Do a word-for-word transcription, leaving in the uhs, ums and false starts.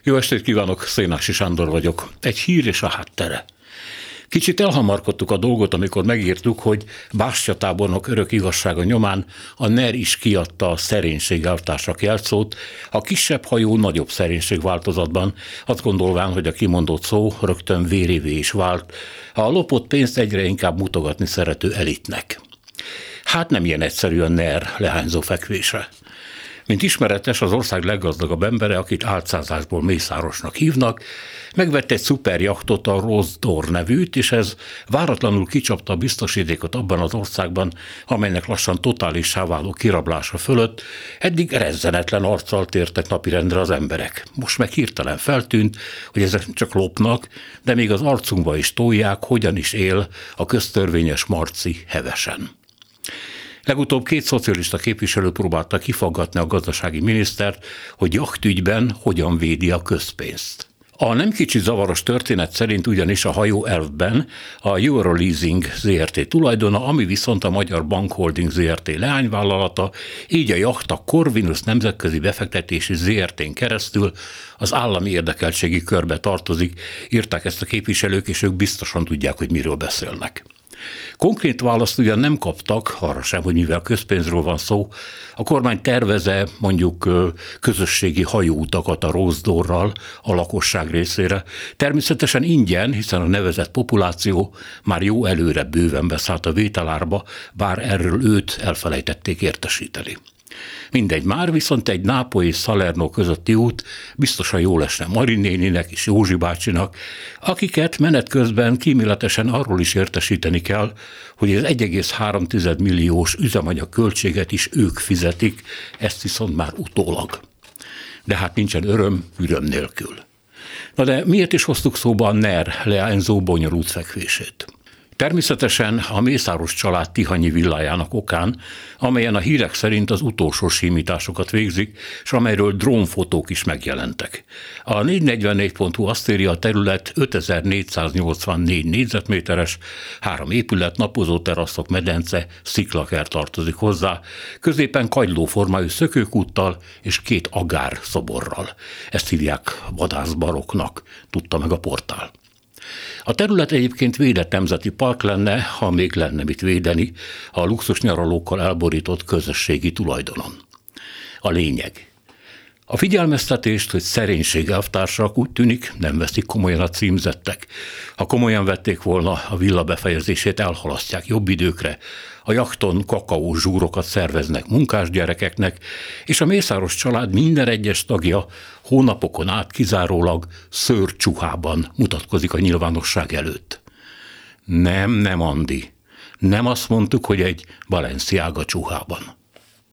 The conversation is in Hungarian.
Jó estét kívánok, Szénási Sándor vagyok. Egy hír és a háttere. Kicsit elhamarkodtuk a dolgot, amikor megírtuk, hogy Bástya tábornok örök igazsága nyomán a NER is kiadta a szerénység elvtársak jelszót, a kisebb hajó nagyobb szerénység változatban, azt gondolván, hogy a kimondott szó rögtön vérévé is vált, a lopott pénzt egyre inkább mutogatni szerető elitnek. Hát nem ilyen egyszerű a NER lehányzó fekvése. Mint ismeretes, az ország leggazdagabb embere, akit álcázásból Mészárosnak hívnak, megvette egy szuperjachtot, a Rose d'Or nevűt, és ez váratlanul kicsapta a biztosítékot abban az országban, amelynek lassan totálissá váló kirablása fölött eddig rezzenetlen arccal tértek napirendre az emberek. Most meg hirtelen feltűnt, hogy ezek csak lopnak, de még az arcunkba is tolják, hogyan is él a köztörvényes Marci hevesen. Legutóbb két szocialista képviselő próbálta kifaggatni a gazdasági minisztert, hogy jachtügyben hogyan védi a közpénzt. A nem kicsi zavaros történet szerint ugyanis a hajó elvben a Euroleasing zé er té tulajdona, ami viszont a Magyar Bankholding zé er té leányvállalata, így a jacht a Corvinus Nemzetközi Befektetési zé er tén keresztül az állami érdekeltségi körbe tartozik, írták ezt a képviselők, és ők biztosan tudják, hogy miről beszélnek. Konkrét választ ugyan nem kaptak, arra sem, hogy mivel közpénzről van szó, a kormány terveze mondjuk közösségi hajóutakat a Rose d'Orral a lakosság részére. Természetesen ingyen, hiszen a nevezett populáció már jó előre bőven beszállt a vételárba, bár erről őt elfelejtették értesíteni. Mindegy már, viszont egy Nápoly és Salerno közötti út biztosan jól esne Mari néninek és Józsi bácsinak, akiket menet közben kíméletesen arról is értesíteni kell, hogy az egy egész három milliós üzemanyag költséget is ők fizetik, ezt viszont már utólag. De hát nincsen öröm, üröm nélkül. Na de miért is hoztuk szóba a NER leányzó bonyolult fekvését? Természetesen a Mészáros család tihanyi villájának okán, amelyen a hírek szerint az utolsó simításokat végzik, és amelyről drónfotók is megjelentek. A négyszáznegyvennégy pont hu azt írja, a terület ötezer-négyszáznyolcvannégy négyzetméteres, három épület, napozó teraszok, medence, sziklakert tartozik hozzá, középen kagylóformájú szökőkúttal és két agár szoborral. Ezt hívják vadászbaroknak, tudta meg a portál. A terület egyébként védett nemzeti park lenne, ha még lenne mit védeni, a luxus nyaralókkal elborított közösségi tulajdonon. A lényeg. A figyelmeztetést, hogy szerénység elvtársak úgy tűnik, nem veszik komolyan a címzettek. Ha komolyan vették volna, a villa befejezését elhalasztják jobb időkre, a jachton kakaó zsúrokat szerveznek munkásgyerekeknek, és a Mészáros család minden egyes tagja hónapokon át kizárólag szőrcsuhában mutatkozik a nyilvánosság előtt. Nem, nem, Andi. Nem azt mondtuk, hogy egy Balenciaga csuhában.